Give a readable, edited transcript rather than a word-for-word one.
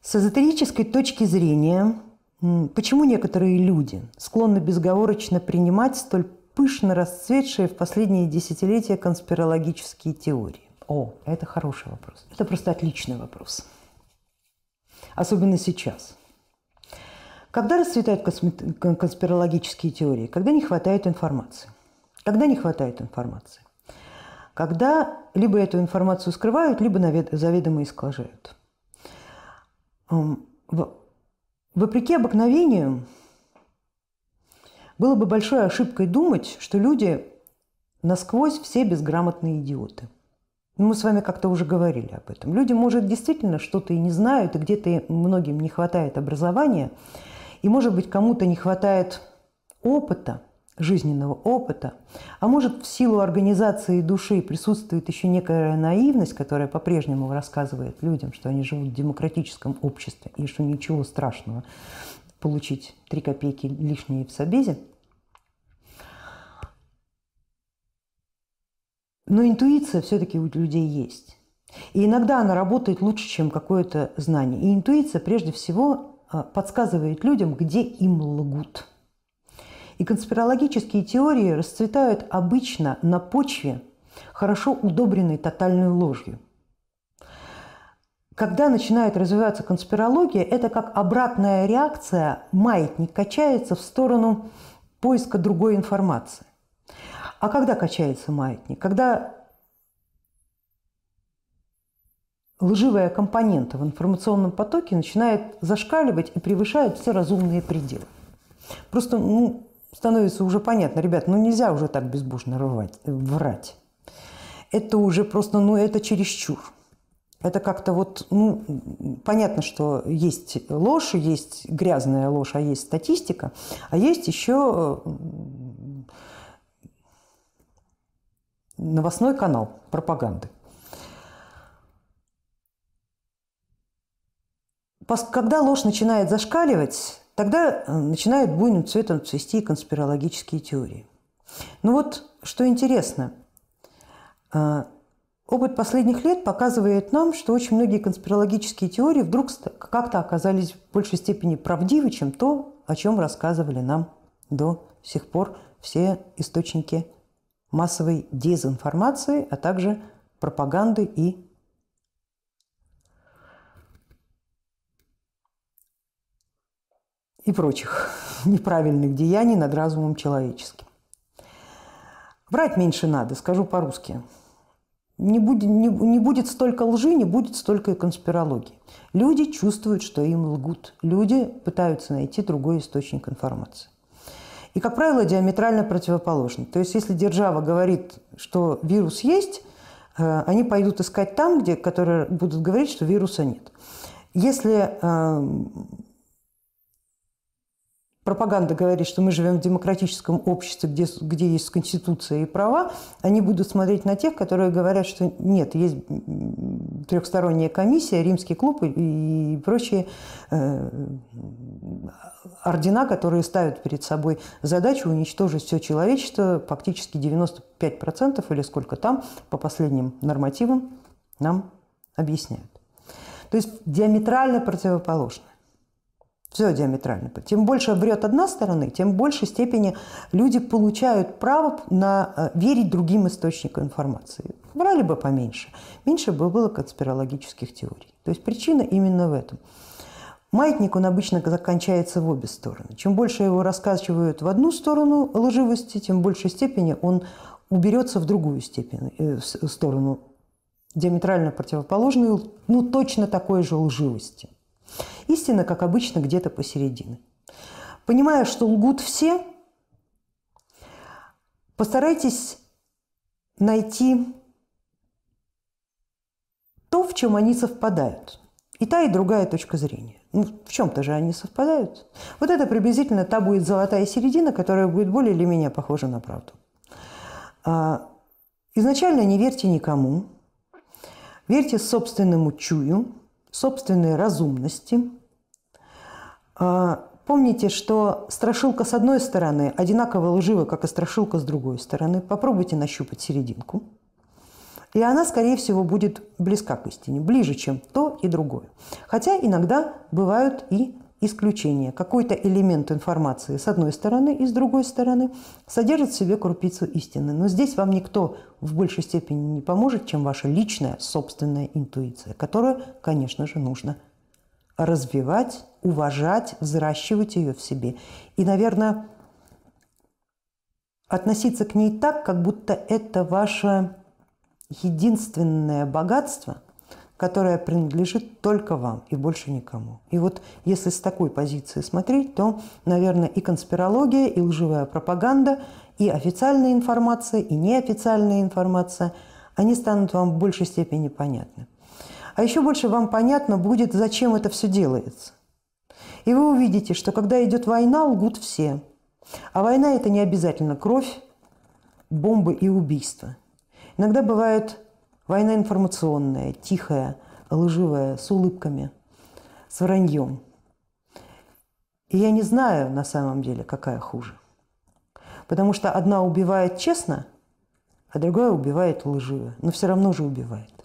С эзотерической точки зрения, почему некоторые люди склонны безоговорочно принимать столь пышно расцветшие в последние десятилетия конспирологические теории? О, это хороший вопрос. Это просто отличный вопрос. Особенно сейчас. Когда расцветают конспирологические теории? Когда не хватает информации. Когда не хватает информации? Когда либо эту информацию скрывают, либо заведомо искажают. Вопреки обыкновению, было бы большой ошибкой думать, что люди насквозь все безграмотные идиоты. Мы с вами как-то уже говорили об этом. Люди, может, действительно что-то и не знают, и где-то многим не хватает образования, и, может быть, кому-то не хватает опыта, жизненного опыта, а может, в силу организации души присутствует еще некая наивность, которая по-прежнему рассказывает людям, что они живут в демократическом обществе и что ничего страшного получить 3 копейки лишние в собезе. Но интуиция все-таки у людей есть. И иногда она работает лучше, чем какое-то знание. И интуиция прежде всего подсказывает людям, где им лгут. И конспирологические теории расцветают обычно на почве, хорошо удобренной тотальной ложью. Когда начинает развиваться конспирология, это как обратная реакция, маятник качается в сторону поиска другой информации. А когда качается маятник? Когда лживая компонента в информационном потоке начинает зашкаливать и превышает все разумные пределы. Просто становится уже понятно, ребят, нельзя уже так безбожно врать. Это уже просто, это чересчур. Это как-то понятно, что есть ложь, есть грязная ложь, а есть статистика, а есть еще новостной канал пропаганды. Когда ложь начинает зашкаливать, тогда начинают буйным цветом цвести конспирологические теории. Что интересно, опыт последних лет показывает нам, что очень многие конспирологические теории вдруг как-то оказались в большей степени правдивы, чем то, о чем рассказывали нам до сих пор все источники массовой дезинформации, а также пропаганды и прочих неправильных деяний над разумом человеческим. Врать меньше надо, скажу по-русски. Не будет столько лжи, не будет столько и конспирологии. Люди чувствуют, что им лгут. Люди пытаются найти другой источник информации. И, как правило, диаметрально противоположно. То есть, если держава говорит, что вирус есть, они пойдут искать там, которые будут говорить, что вируса нет. Если пропаганда говорит, что мы живем в демократическом обществе, где есть Конституция и права, они будут смотреть на тех, которые говорят, что нет, есть трехсторонняя комиссия, римский клуб и прочие ордена, которые ставят перед собой задачу уничтожить все человечество, фактически 95% или сколько там, по последним нормативам, нам объясняют. То есть диаметрально противоположно. Все диаметрально. Тем больше врет одна сторона, тем в большей степени люди получают право верить другим источникам информации. Врали бы поменьше, меньше бы было конспирологических теорий. То есть причина именно в этом. Маятник, он обычно кончается в обе стороны. Чем больше его раскачивают в одну сторону лживости, тем в большей степени он уберется в другую сторону, диаметрально противоположную, точно такой же лживости. Истина, как обычно, где-то посередине. Понимая, что лгут все, постарайтесь найти то, в чем они совпадают. И та, и другая точка зрения. В чем-то же они совпадают. Это приблизительно та будет золотая середина, которая будет более или менее похожа на правду. Изначально не верьте никому. Верьте собственному чую, собственной разумности. Помните, что страшилка с одной стороны одинаково лжива, как и страшилка с другой стороны. Попробуйте нащупать серединку. И она, скорее всего, будет близка к истине, ближе, чем то и другое. Хотя иногда бывают и исключения. Какой-то элемент информации с одной стороны и с другой стороны содержит в себе крупицу истины. Но здесь вам никто в большей степени не поможет, чем ваша личная собственная интуиция, которую, конечно же, нужно развивать, уважать, взращивать ее в себе. И, наверное, относиться к ней так, как будто это ваше единственное богатство, которое принадлежит только вам и больше никому. И вот если с такой позиции смотреть, то, наверное, и конспирология, и лживая пропаганда, и официальная информация, и неофициальная информация, они станут вам в большей степени понятны. А еще больше вам понятно будет, зачем это все делается. И вы увидите, что когда идет война, лгут все. А война – это не обязательно кровь, бомбы и убийства. Иногда бывает война информационная, тихая, лживая, с улыбками, с враньем. И я не знаю на самом деле, какая хуже. Потому что одна убивает честно, а другая убивает лживо. Но все равно же убивает.